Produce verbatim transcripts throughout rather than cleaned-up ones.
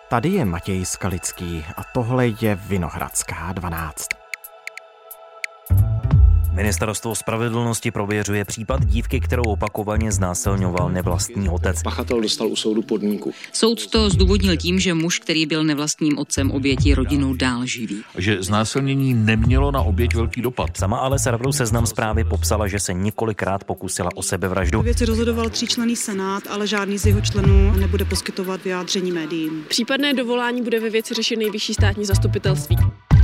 Tady je Matěj Skalický a tohle je Vinohradská dvanáct. Ministerstvo spravedlnosti prověřuje případ dívky, kterou opakovaně znásilňoval nevlastní otec. Pachatel dostal u soudu podmínku. Soud to zdůvodnil tím, že muž, který byl nevlastním otcem oběti, rodinu dál živí. Že znásilnění nemělo na oběť velký dopad. Sama ale serveru Seznam Zprávy popsala, že se několikrát pokusila o sebevraždu. V věci rozhodoval tříčlenný senát, ale žádný z jeho členů nebude poskytovat vyjádření médiím. Případné dovolání bude ve věci řešit nejvyšší státní zastupitelství.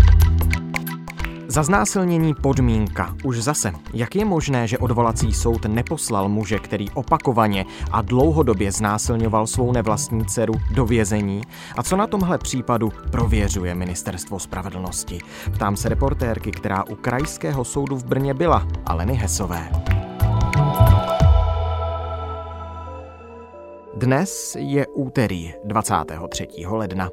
Za znásilnění podmínka. Už zase, jak je možné, že odvolací soud neposlal muže, který opakovaně a dlouhodobě znásilňoval svou nevlastní dceru, do vězení? A co na tomhle případu prověřuje Ministerstvo spravedlnosti? Ptám se reportérky, která u Krajského soudu v Brně byla, Aleny Hesové. Dnes je úterý dvacátého třetího ledna.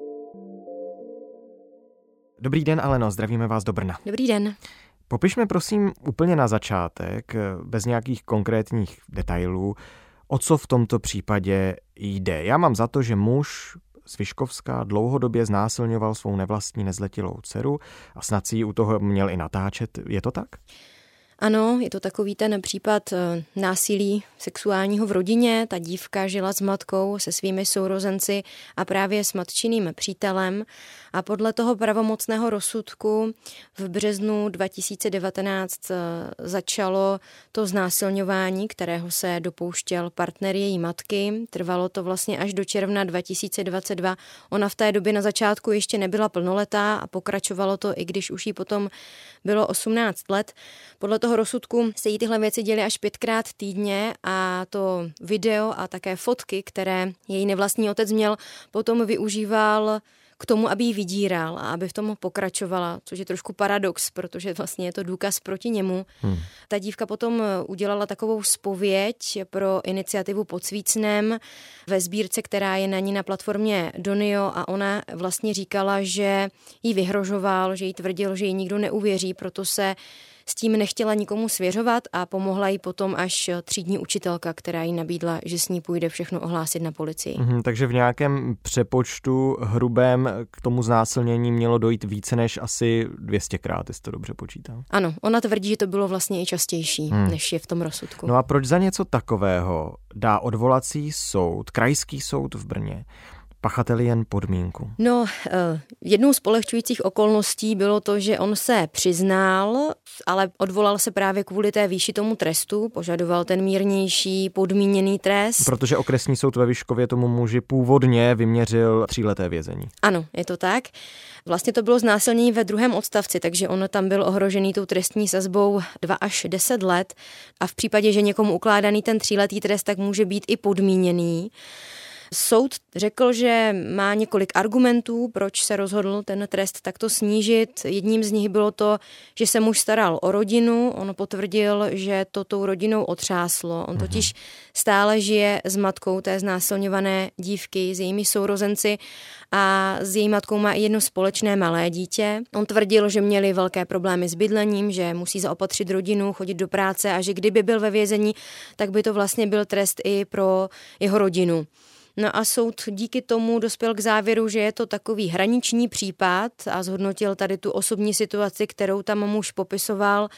Dobrý den, Aleno, zdravíme vás do Brna. Dobrý den. Popišme prosím úplně na začátek, bez nějakých konkrétních detailů, o co v tomto případě jde. Já mám za to, že muž z Vyškovska dlouhodobě znásilňoval svou nevlastní nezletilou dceru a snad si ji u toho měl i natáčet. Je to tak? Ano, je to takový ten případ násilí sexuálního v rodině. Ta dívka žila s matkou, se svými sourozenci a právě s matčiným přítelem. A podle toho pravomocného rozsudku v březnu dva tisíce devatenáct začalo to znásilňování, kterého se dopouštěl partner její matky. Trvalo to vlastně až do června dva tisíce dvacet dva. Ona v té době na začátku ještě nebyla plnoletá a pokračovalo to, i když už jí potom bylo osmnáct let. Podle toho rozsudku se jí tyhle věci děly až pětkrát týdně a to video a také fotky, které její nevlastní otec měl, potom využíval k tomu, aby ji vydíral a aby v tom pokračovala, což je trošku paradox, protože vlastně je to důkaz proti němu. Hmm. Ta dívka potom udělala takovou zpověď pro iniciativu Pod svícnem ve sbírce, která je na ní na platformě Donio, a ona vlastně říkala, že jí vyhrožoval, že jí tvrdil, že jí nikdo neuvěří, proto se s tím nechtěla nikomu svěřovat a pomohla jí potom až třídní učitelka, která jí nabídla, že s ní půjde všechno ohlásit na policii. Mhm, takže v nějakém přepočtu hrubém k tomu znásilnění mělo dojít více než asi dvě stě krát, jestli to dobře počítám. Ano, ona tvrdí, že to bylo vlastně i častější, hmm. než je v tom rozsudku. No a proč za něco takového dá odvolací soud, Krajský soud v Brně, pachateli jen podmínku? No, jednou z polehčujících okolností bylo to, že on se přiznal, ale odvolal se právě kvůli té výši tomu trestu, požadoval ten mírnější podmíněný trest. Protože okresní soud ve Vyškově tomu muži původně vyměřil tříleté vězení. Ano, je to tak. Vlastně to bylo znásilnění ve druhém odstavci, takže on tam byl ohrožený tou trestní sazbou dva až deset let a v případě, že někomu ukládaný ten tříletý trest, tak může být i podmíněný. Soud řekl, že má několik argumentů, proč se rozhodl ten trest takto snížit. Jedním z nich bylo to, že se muž staral o rodinu. On potvrdil, že to tou rodinou otřáslo. On totiž stále žije s matkou té znásilňované dívky, s jejími sourozenci a s její matkou má i jedno společné malé dítě. On tvrdil, že měli velké problémy s bydlením, že musí zaopatřit rodinu, chodit do práce a že kdyby byl ve vězení, tak by to vlastně byl trest i pro jeho rodinu. No a soud díky tomu dospěl k závěru, že je to takový hraniční případ a zhodnotil tady tu osobní situaci, kterou tam muž popisoval.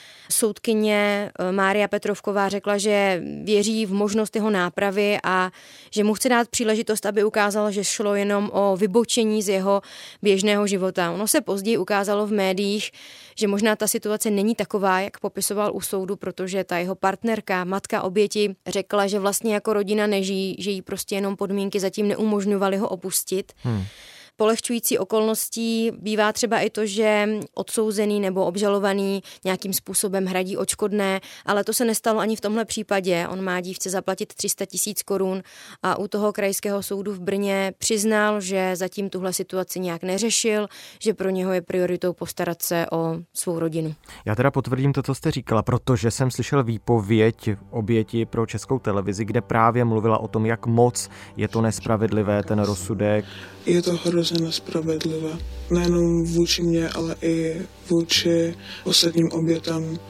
Soudkyně Mária Petrovková řekla, že věří v možnost jeho nápravy a že mu chce dát příležitost, aby ukázal, že šlo jenom o vybočení z jeho běžného života. Ono se později ukázalo v médiích, že možná ta situace není taková, jak popisoval u soudu, protože ta jeho partnerka, matka oběti, řekla, že vlastně jako rodina nežijí, že jí prostě jenom podmínky zatím neumožňovaly ho opustit. Hmm. Polehčující okolností bývá třeba i to, že odsouzený nebo obžalovaný nějakým způsobem hradí odškodné, ale to se nestalo ani v tomhle případě. On má dívce zaplatit tři sta tisíc korun a u toho Krajského soudu v Brně přiznal, že zatím tuhle situaci nějak neřešil, že pro něho je prioritou postarat se o svou rodinu. Já teda potvrdím to, co jste říkala, protože jsem slyšel výpověď oběti pro Českou televizi, kde právě mluvila o tom, jak moc je to nespravedlivé, ten rozsudek. Je to hrozně nespravedlivé. Nejenom vůči mně, ale i vůči ostatním obětem.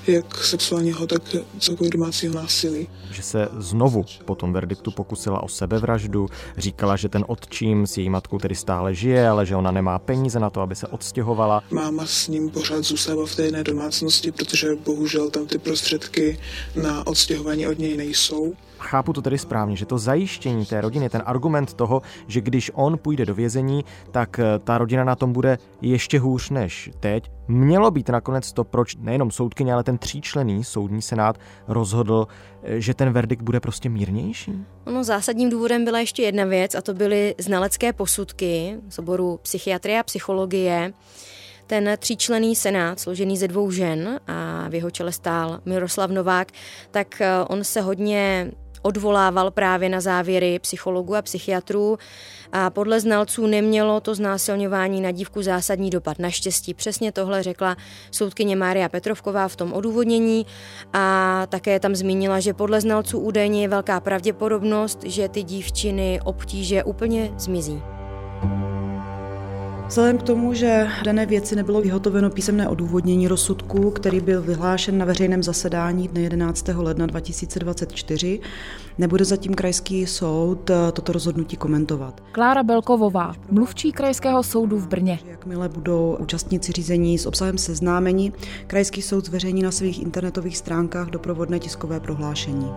jak sexuálního, tak celkově domácího násilí. Že se znovu po tom verdiktu pokusila o sebevraždu, říkala, že ten otčím s její matkou tedy stále žije, ale že ona nemá peníze na to, aby se odstěhovala. Máma s ním pořád zůstává v té jedné domácnosti, protože bohužel tam ty prostředky na odstěhování od něj nejsou. Chápu to tedy správně, že to zajištění té rodiny, ten argument toho, že když on půjde do vězení, tak ta rodina na tom bude ještě hůř než teď, mělo být nakonec to, proč nejenom soudkyně, ale ten tříčlenný soudní senát rozhodl, že ten verdikt bude prostě mírnější? No, zásadním důvodem byla ještě jedna věc a to byly znalecké posudky z oboru psychiatrie a psychologie. Ten tříčlenný senát, složený ze dvou žen a v jeho čele stál Miroslav Novák, tak on se hodně odvolával právě na závěry psychologů a psychiatrů a podle znalců nemělo to znásilňování na dívku zásadní dopad. Naštěstí přesně tohle řekla soudkyně Mária Petrovková v tom odůvodnění a také tam zmínila, že podle znalců údajně je velká pravděpodobnost, že ty dívčiny obtíže úplně zmizí. Vzhledem k tomu, že dané věci nebylo vyhotoveno písemné odůvodnění rozsudku, který byl vyhlášen na veřejném zasedání dne jedenáctého ledna dva tisíce dvacet čtyři, nebude zatím krajský soud toto rozhodnutí komentovat. Klára Belkovová, mluvčí Krajského soudu v Brně. Jakmile budou účastníci řízení s obsahem seznámeni, krajský soud zveřejní na svých internetových stránkách doprovodné tiskové prohlášení.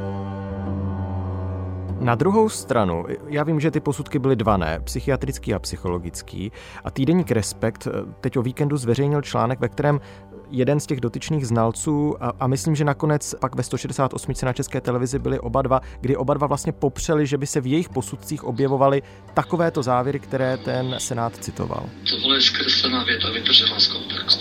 Na druhou stranu, já vím, že ty posudky byly dva, ne, psychiatrický a psychologický, a týdeník Respekt teď o víkendu zveřejnil článek, ve kterém jeden z těch dotyčných znalců, a, a myslím, že nakonec pak ve sto šedesát osm na České televizi byli oba dva, kdy oba dva vlastně popřeli, že by se v jejich posudcích objevovaly takovéto závěry, které ten senát citoval. Tohle je zkreslená věta, vytržená z kontextu.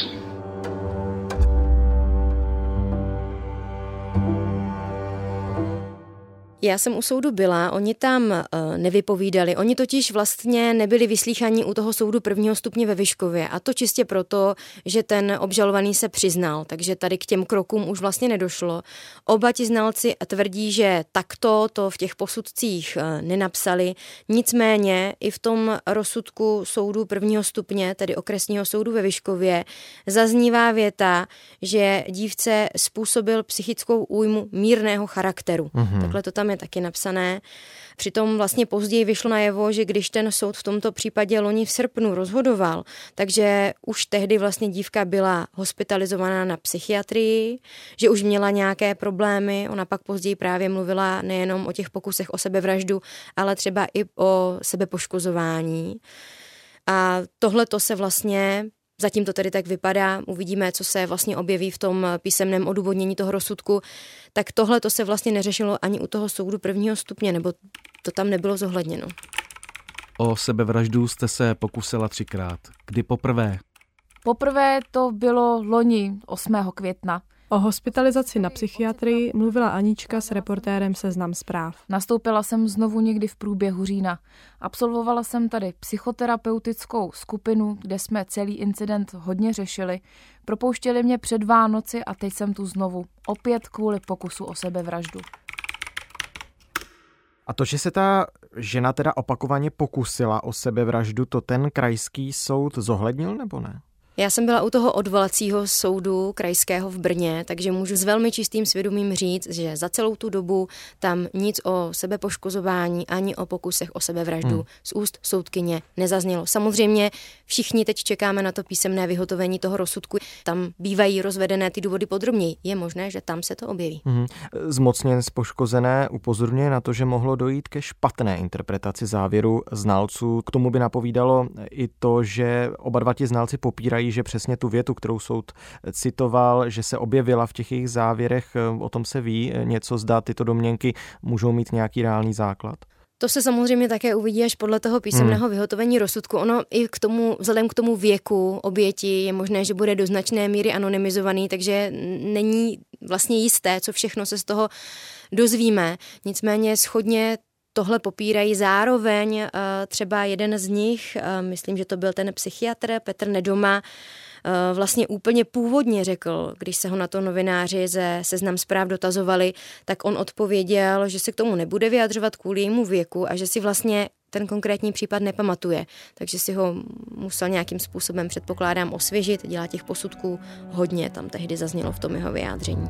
Já jsem u soudu byla, oni tam uh, nevypovídali, oni totiž vlastně nebyli vyslýchaní u toho soudu prvního stupně ve Vyškově a to čistě proto, že ten obžalovaný se přiznal, takže tady k těm krokům už vlastně nedošlo. Oba ti znalci tvrdí, že takto to v těch posudcích uh, nenapsali, nicméně i v tom rozsudku soudu prvního stupně, tedy okresního soudu ve Vyškově, zaznívá věta, že dívce způsobil psychickou újmu mírného charakteru. Mm-hmm. Takhle to tam je taky napsané. Přitom vlastně později vyšlo najevo, že když ten soud v tomto případě loni v srpnu rozhodoval, takže už tehdy vlastně dívka byla hospitalizovaná na psychiatrii, že už měla nějaké problémy. Ona pak později právě mluvila nejenom o těch pokusech o sebevraždu, ale třeba i o sebepoškozování. A tohle to se vlastně zatím to tedy tak vypadá, uvidíme, co se vlastně objeví v tom písemném odůvodnění toho rozsudku, tak tohle to se vlastně neřešilo ani u toho soudu prvního stupně, nebo to tam nebylo zohledněno. O sebevraždu jste se pokusila třikrát. Kdy poprvé? Poprvé to bylo loni osmého května. O hospitalizaci na psychiatrii mluvila Anička s reportérem Seznam zpráv. Nastoupila jsem znovu někdy v průběhu října. Absolvovala jsem tady psychoterapeutickou skupinu, kde jsme celý incident hodně řešili. Propouštěli mě před Vánoci a teď jsem tu znovu. Opět kvůli pokusu o sebevraždu. A to, že se ta žena teda opakovaně pokusila o sebevraždu, to ten krajský soud zohlednil nebo ne? Já jsem byla u toho odvolacího soudu krajského v Brně, takže můžu s velmi čistým svědomím říct, že za celou tu dobu tam nic o sebepoškozování ani o pokusech o sebevraždu hmm. z úst soudkyně nezaznělo. Samozřejmě všichni teď čekáme na to písemné vyhotovení toho rozsudku. Tam bývají rozvedené ty důvody podrobněji. Je možné, že tam se to objeví. Hmm. Zmocněnec poškozené upozorňuje na to, že mohlo dojít ke špatné interpretaci závěru znalců. K tomu by napovídalo i to, že oba dva ti znalci popírají, že přesně tu větu, kterou soud citoval, že se objevila v těch jejich závěrech, o tom se ví něco, zda tyto domněnky můžou mít nějaký reálný základ. To se samozřejmě také uvidí až podle toho písemného hmm. vyhotovení rozsudku. Ono i k tomu, vzhledem k tomu věku oběti je možné, že bude do značné míry anonymizovaný, takže není vlastně jisté, co všechno se z toho dozvíme. Nicméně shodně tohle popírají zároveň třeba jeden z nich, myslím, že to byl ten psychiatr Petr Nedoma, vlastně úplně původně řekl, když se ho na to novináři ze Seznam zpráv dotazovali, tak on odpověděl, že se k tomu nebude vyjadřovat kvůli jejímu věku a že si vlastně ten konkrétní případ nepamatuje, takže si ho musel nějakým způsobem, předpokládám, osvěžit, dělá těch posudků hodně, tam tehdy zaznělo v tom jeho vyjádření.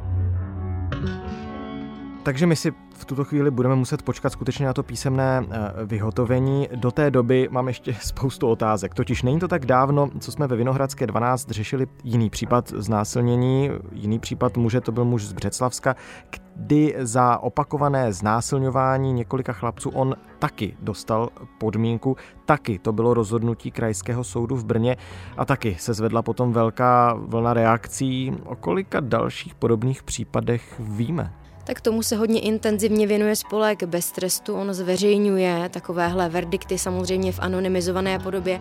Takže my si v tuto chvíli budeme muset počkat skutečně na to písemné vyhotovení. Do té doby mám ještě spoustu otázek. Totiž není to tak dávno, co jsme ve Vinohradské dvanáct řešili jiný případ znásilnění, jiný případ muže, to byl muž z Břeclavska, kdy za opakované znásilňování několika chlapců on taky dostal podmínku, taky to bylo rozhodnutí Krajského soudu v Brně a taky se zvedla potom velká vlna reakcí. O kolika dalších podobných případech víme? Tak tomu se hodně intenzivně věnuje spolek Bez trestu. On zveřejňuje takovéhle verdikty samozřejmě v anonymizované podobě.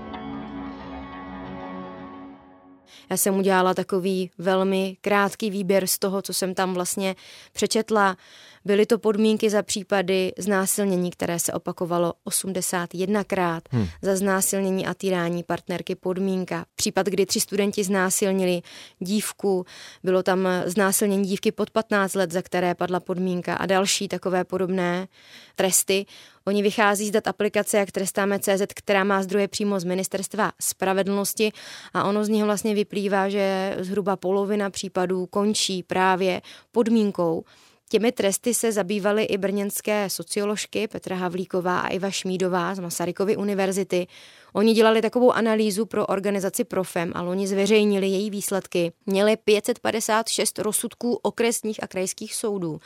Já jsem udělala takový velmi krátký výběr z toho, co jsem tam vlastně přečetla. Byly to podmínky za případy znásilnění, které se opakovalo osmdesát jedenkrát. Hmm. Za znásilnění a týrání partnerky podmínka. Případ, kdy tři studenti znásilnili dívku, bylo tam znásilnění dívky pod patnáct let, za které padla podmínka a další takové podobné tresty. Oni vychází z dat aplikace Jak trestáme tečka cé zet, která má zdroje přímo z Ministerstva spravedlnosti a ono z něho vlastně vyplývá, že zhruba polovina případů končí právě podmínkou. Těmi tresty se zabývaly i brněnské socioložky Petra Havlíková a Iva Šmídová z Masarykovy univerzity. Oni dělali takovou analýzu pro organizaci Profem a oni zveřejnili její výsledky. Měli pět set padesát šest rozsudků okresních a krajských soudů.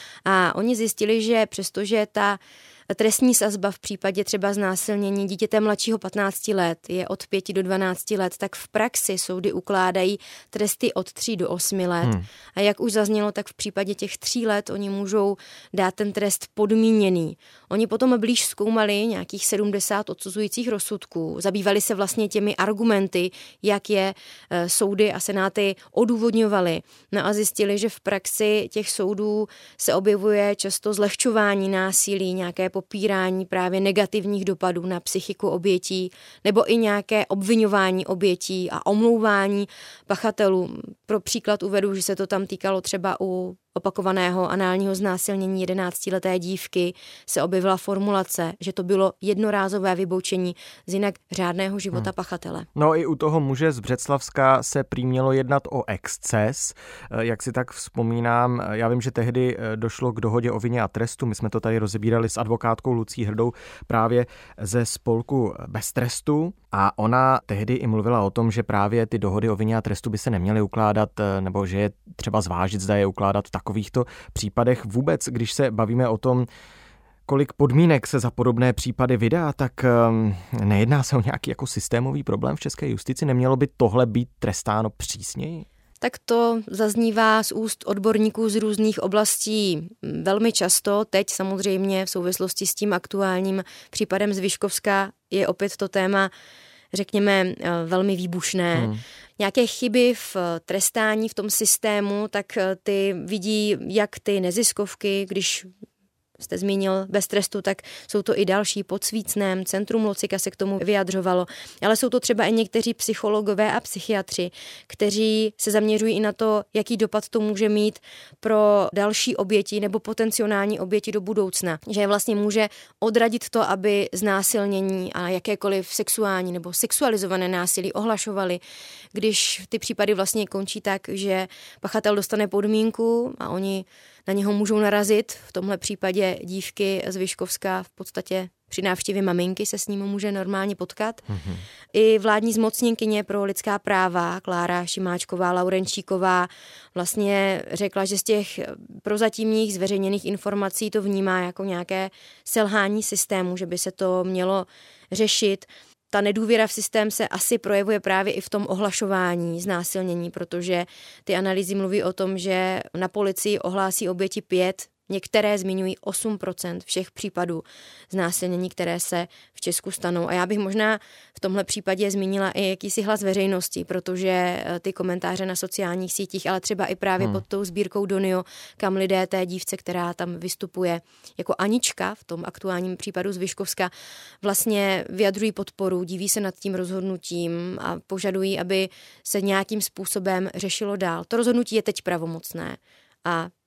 A oni zjistili, že přestože ta trestní sazba v případě třeba znásilnění dítěte mladšího patnácti let je od pěti do dvanácti let, tak v praxi soudy ukládají tresty od tří do osmi let. Hmm. A jak už zaznělo, tak v případě těch tří let oni můžou dát ten trest podmíněný. Oni potom blíž zkoumali nějakých sedmdesát odsuzujících rozsudků. Zabývali se vlastně těmi argumenty, jak je e, soudy a senáty odůvodňovaly. No a zjistili, že v praxi těch soudů se objevuje často zlehčování násilí, nějaké popírání právě negativních dopadů na psychiku obětí nebo i nějaké obviňování obětí a omlouvání pachatelů. Pro příklad uvedu, že se to tam týkalo třeba u opakovaného análního znásilnění jedenáctileté dívky se objevila formulace, že to bylo jednorázové vyboučení z jinak řádného života hmm. pachatele. No i u toho muže z Břeclavska se prý mělo jednat o exces. Jak si tak vzpomínám, já vím, že tehdy došlo k dohodě o vině a trestu. My jsme to tady rozebírali s advokátkou Lucí Hrdou právě ze spolku Bez trestu a ona tehdy i mluvila o tom, že právě ty dohody o vině a trestu by se neměly ukládat, nebo že je třeba zvážit, zda je ukládat v takovýchto případech. Vůbec, když se bavíme o tom, kolik podmínek se za podobné případy vydá, tak um, nejedná se o nějaký jako systémový problém v české justici? Nemělo by tohle být trestáno přísněji? Tak to zaznívá z úst odborníků z různých oblastí velmi často. Teď samozřejmě v souvislosti s tím aktuálním případem z Vyškovska je opět to téma, řekněme, velmi výbušné. Hmm. Nějaké chyby v trestání v tom systému, tak ty vidí jak ty neziskovky, když jste zmínil Bez trestu, tak jsou to i další pod Svícnem, Centrum Locika se k tomu vyjadřovalo, ale jsou to třeba i někteří psychologové a psychiatři, kteří se zaměřují i na to, jaký dopad to může mít pro další oběti nebo potenciální oběti do budoucna, že vlastně může odradit to, aby znásilnění a jakékoliv sexuální nebo sexualizované násilí ohlašovali, když ty případy vlastně končí tak, že pachatel dostane podmínku a oni na něho můžou narazit. V tomhle případě dívky z Vyškovska v podstatě při návštěvě maminky se s ním může normálně potkat. Mm-hmm. I vládní zmocněnkyně pro lidská práva Klára Šimáčková Laurenčíková vlastně řekla, že z těch prozatímních zveřejněných informací to vnímá jako nějaké selhání systému, že by se to mělo řešit. Ta nedůvěra v systém se asi projevuje právě i v tom ohlašování znásilnění, protože ty analýzy mluví o tom, že na policii ohlásí oběti pět, některé zmiňují osm procent všech případů znásilnění, které se v Česku stanou. A já bych možná v tomhle případě zmínila i jakýsi hlas veřejnosti, protože ty komentáře na sociálních sítích, ale třeba i právě hmm. pod tou sbírkou Donio, kam lidé té dívce, která tam vystupuje jako Anička v tom aktuálním případu z Vyškovska, vlastně vyjadřují podporu, diví se nad tím rozhodnutím a požadují, aby se nějakým způsobem řešilo dál. To rozhodnutí je teď pravomocné a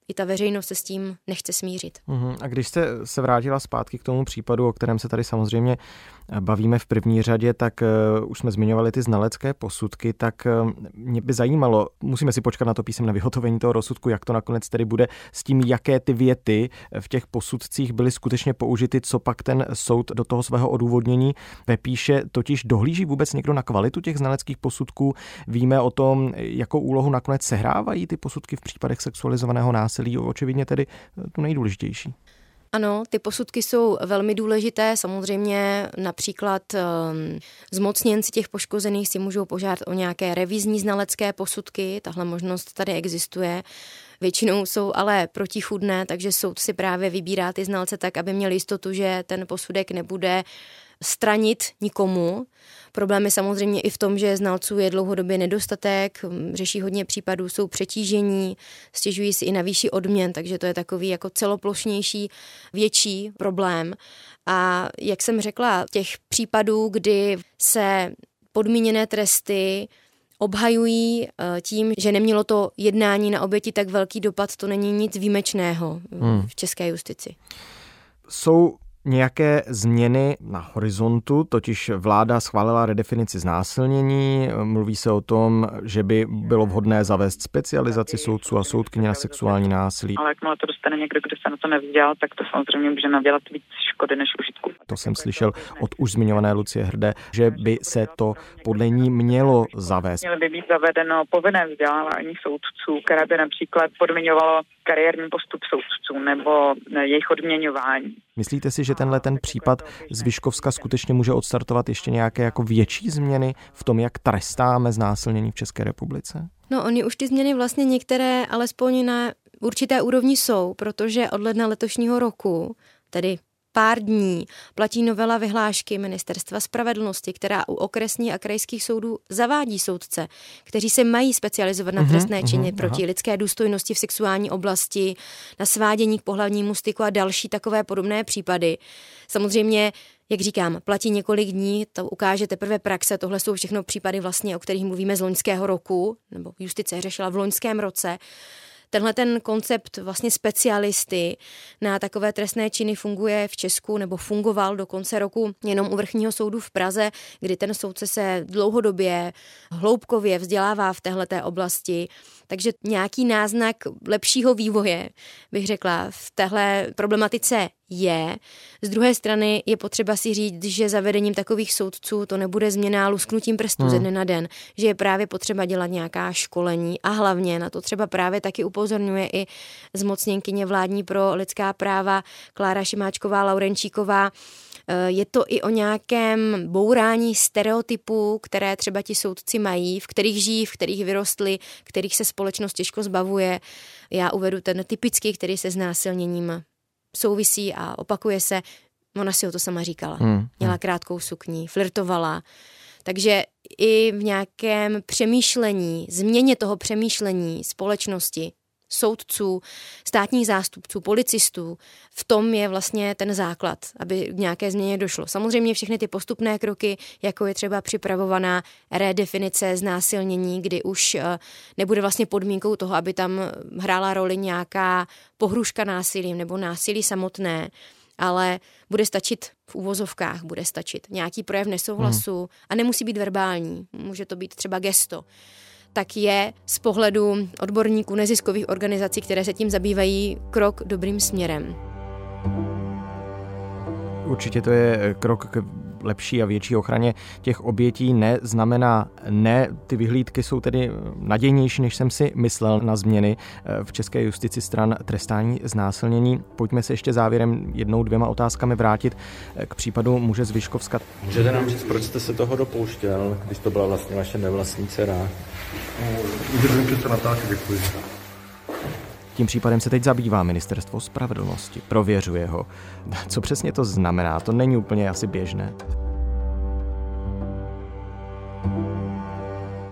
i ta veřejnost se s tím nechce smířit. Uhum. A když jste se vrátila zpátky k tomu případu, o kterém se tady samozřejmě bavíme v první řadě, tak uh, už jsme zmiňovali ty znalecké posudky, tak uh, mě by zajímalo, musíme si počkat na to písemné vyhotovení toho rozsudku, jak to nakonec tedy bude s tím, jaké ty věty v těch posudcích byly skutečně použity, co pak ten soud do toho svého odůvodnění vepíše, totiž dohlíží vůbec někdo na kvalitu těch znaleckých posudků. Víme o tom, jakou úlohu nakonec sehrávají ty posudky v případech sexualizovaného násilí, očividně tedy tu nejdůležitější. Ano, ty posudky jsou velmi důležité. Samozřejmě například um, zmocněnci těch poškozených si můžou požádat o nějaké revizní znalecké posudky. Tahle možnost tady existuje. Většinou jsou ale protichůdné, takže soud si právě vybírá ty znalce tak, aby měl jistotu, že ten posudek nebude stranit nikomu. Problém je samozřejmě i v tom, že znalců je dlouhodobě nedostatek, řeší hodně případů, jsou přetížení, stěžují si i na výši odměn, takže to je takový jako celoplošnější, větší problém. A jak jsem řekla, těch případů, kdy se podmíněné tresty obhajují tím, že nemělo to jednání na oběti tak velký dopad, to není nic výjimečného hmm. v české justici. Jsou nějaké změny na horizontu, totiž vláda schválila redefinici znásilnění, mluví se o tom, že by bylo vhodné zavést specializaci soudců a soudkyně na sexuální násilí. Ale jakmile to dostane někdo, kdo se na to nevzdělal, tak to samozřejmě může nadělat víc škody než užitku. To jsem slyšel od už zmiňované Lucie Hrdé, že by se to podle ní mělo zavést. Mělo by být zavedeno povinné vzdělávání soudců, které by například podmiňovalo kariérní postup soudců nebo jejich odměňování. Myslíte si, že tenhle ten případ z Vyškovska skutečně může odstartovat ještě nějaké jako větší změny v tom, jak trestáme znásilnění v České republice? No, oni už ty změny vlastně některé alespoň na určité úrovni jsou, protože od ledna letošního roku, tedy pár dní, platí novela vyhlášky Ministerstva spravedlnosti, která u okresních a krajských soudů zavádí soudce, kteří se mají specializovat na trestné činy uh-huh, proti aha. lidské důstojnosti v sexuální oblasti, na svádění k pohlavnímu styku a další takové podobné případy. Samozřejmě, jak říkám, platí několik dní, to ukáže teprve praxe, tohle jsou všechno případy vlastně, o kterých mluvíme z loňského roku, nebo justice řešila v loňském roce. Tenhle ten koncept vlastně specialisty na takové trestné činy funguje v Česku nebo fungoval do konce roku jenom u Vrchního soudu v Praze, kdy ten soudce se dlouhodobě, hloubkově vzdělává v téhleté oblasti. Takže nějaký náznak lepšího vývoje, bych řekla, v téhle problematice je. Z druhé strany je potřeba si říct, že zavedením takových soudců to nebude změna lusknutím prstů hmm. ze dne na den, že je právě potřeba dělat nějaká školení a hlavně na to třeba právě taky upozorňuje i zmocněnkyně vládní pro lidská práva Klára Šimáčková-Laurenčíková. Je to i o nějakém bourání stereotypů, které třeba ti soudci mají, v kterých žijí, v kterých vyrostli, kterých se společnost těžko zbavuje. Já uvedu ten typický, který se znásilněním souvisí a opakuje se. Ona si o to sama říkala. Hmm. Měla krátkou sukni, flirtovala. Takže i v nějakém přemýšlení, změně toho přemýšlení společnosti, soudců, státních zástupců, policistů, v tom je vlastně ten základ, aby k nějaké změně došlo. Samozřejmě všechny ty postupné kroky, jako je třeba připravovaná redefinice znásilnění, kdy už nebude vlastně podmínkou toho, aby tam hrála roli nějaká pohruška násilím nebo násilí samotné, ale bude stačit v uvozovkách, bude stačit nějaký projev nesouhlasu hmm. a nemusí být verbální, může to být třeba gesto. Tak je z pohledu odborníků neziskových organizací, které se tím zabývají, krok dobrým směrem. Určitě to je krok k lepší a větší ochraně těch obětí. Ne znamená ne, ty vyhlídky jsou tedy nadějnější, než jsem si myslel na změny v české justici stran trestání znásilnění. Pojďme se ještě závěrem jednou dvěma otázkami vrátit k případu muže z Vyškovska. Můžete nám říct, proč jste se toho dopouštěl, když to byla vlastně vaše nevlastní dcera? Udržujte se Natálky, děkuji. Tím případem se teď zabývá Ministerstvo spravedlnosti, prověřuje ho. Co přesně to znamená? To není úplně asi běžné.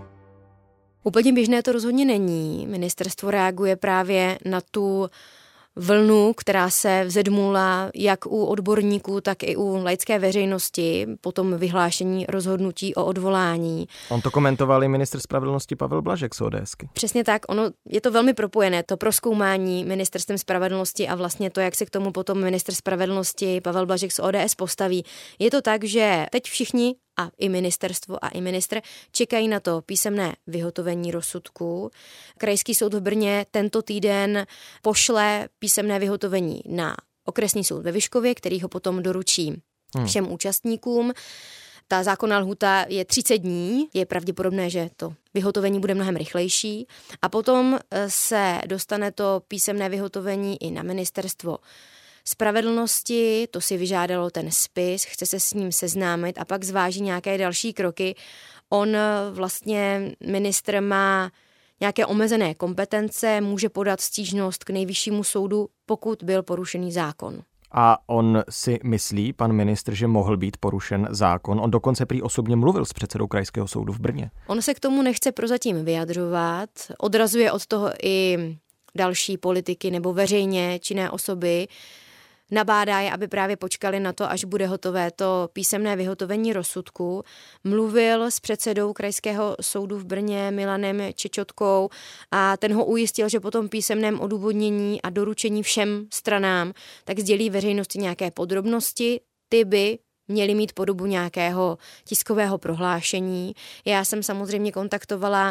Úplně běžné to rozhodně není. Ministerstvo reaguje právě na tu vlnu, která se vzedmula jak u odborníků, tak i u laické veřejnosti po tom vyhlášení rozhodnutí o odvolání. On to komentoval i ministr spravedlnosti Pavel Blažek z ODSky. Přesně tak, ono je to velmi propojené, to prozkoumání ministerstvem spravedlnosti a vlastně to, jak se k tomu potom ministr spravedlnosti Pavel Blažek z O D S postaví. Je to tak, že teď všichni a i ministerstvo a i ministr čekají na to písemné vyhotovení rozsudku. Krajský soud v Brně tento týden pošle písemné vyhotovení na okresní soud ve Vyškově, který ho potom doručí všem hmm. účastníkům. Ta zákonná lhůta je třicet dní, je pravděpodobné, že to vyhotovení bude mnohem rychlejší a potom se dostane to písemné vyhotovení i na ministerstvo spravedlnosti, to si vyžádalo ten spis, chce se s ním seznámit a pak zváží nějaké další kroky. On vlastně, ministr má nějaké omezené kompetence, může podat stížnost k nejvyššímu soudu, pokud byl porušený zákon. A on si myslí, pan ministr, že mohl být porušen zákon. On dokonce prý osobně mluvil s předsedou Krajského soudu v Brně. On se k tomu nechce prozatím vyjadřovat, odrazuje od toho i další politiky nebo veřejně činné osoby, nabádá je, aby právě počkali na to, až bude hotové to písemné vyhotovení rozsudku. Mluvil s předsedou Krajského soudu v Brně Milanem Čečotkou a ten ho ujistil, že po tom písemném odůvodnění a doručení všem stranám tak sdělí veřejnosti nějaké podrobnosti, ty by měli mít podobu nějakého tiskového prohlášení. Já jsem samozřejmě kontaktovala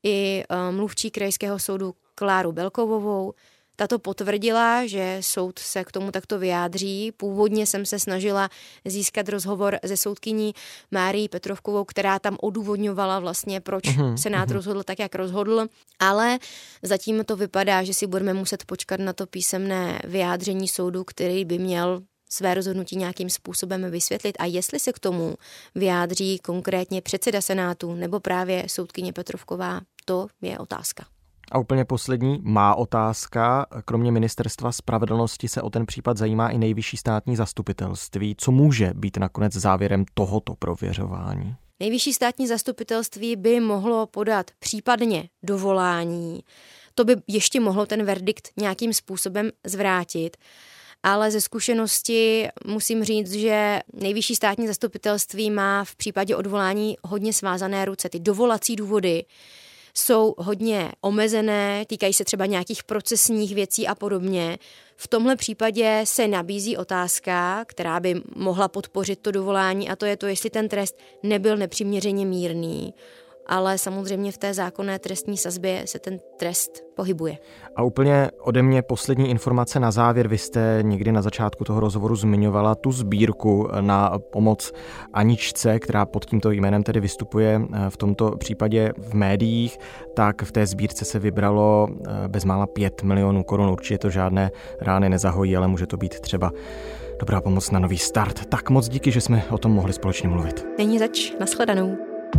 i mluvčí Krajského soudu Kláru Belkovovou. Tato potvrdila, že soud se k tomu takto vyjádří. Původně jsem se snažila získat rozhovor se soudkyní Márií Petrovkovou, která tam odůvodňovala vlastně, proč uh-huh, Senát uh-huh. rozhodl tak, jak rozhodl, ale zatím to vypadá, že si budeme muset počkat na to písemné vyjádření soudu, který by měl své rozhodnutí nějakým způsobem vysvětlit a jestli se k tomu vyjádří konkrétně předseda Senátu nebo právě soudkyně Petrovková, to je otázka. A úplně poslední má otázka. Kromě ministerstva spravedlnosti se o ten případ zajímá i nejvyšší státní zastupitelství. Co může být nakonec závěrem tohoto prověřování? Nejvyšší státní zastupitelství by mohlo podat případně dovolání. To by ještě mohlo ten verdikt nějakým způsobem zvrátit. Ale ze zkušenosti musím říct, že nejvyšší státní zastupitelství má v případě odvolání hodně svázané ruce. Ty dovolací důvody jsou hodně omezené, týkají se třeba nějakých procesních věcí a podobně. V tomhle případě se nabízí otázka, která by mohla podpořit to dovolání, a to je to, jestli ten trest nebyl nepřiměřeně mírný. Ale samozřejmě v té zákonné trestní sazbě se ten trest pohybuje. A úplně ode mě poslední informace na závěr. Vy jste někdy na začátku toho rozhovoru zmiňovala tu sbírku na pomoc Aničce, která pod tímto jménem tedy vystupuje v tomto případě v médiích. Tak v té sbírce se vybralo bezmála pět milionů korun. Určitě to žádné rány nezahojí, ale může to být třeba dobrá pomoc na nový start. Tak moc díky, že jsme o tom mohli společně mluvit. Není zač, nashledanou.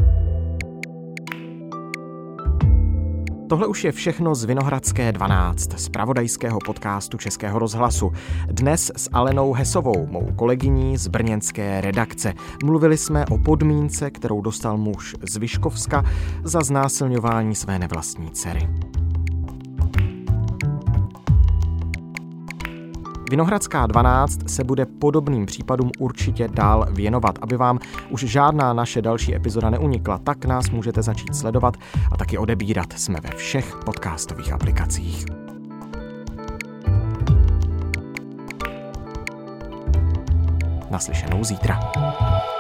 Tohle už je všechno z Vinohradské dvanáct, zpravodajského podcastu Českého rozhlasu. Dnes s Alenou Hesovou, mou kolegyní z brněnské redakce. Mluvili jsme o podmínce, kterou dostal muž z Vyškovska za znásilňování své nevlastní dcery. Vinohradská dvanáct se bude podobným případům určitě dál věnovat. Aby vám už žádná naše další epizoda neunikla, tak nás můžete začít sledovat a taky odebírat. Jsme ve všech podcastových aplikacích. Naslyšenou zítra.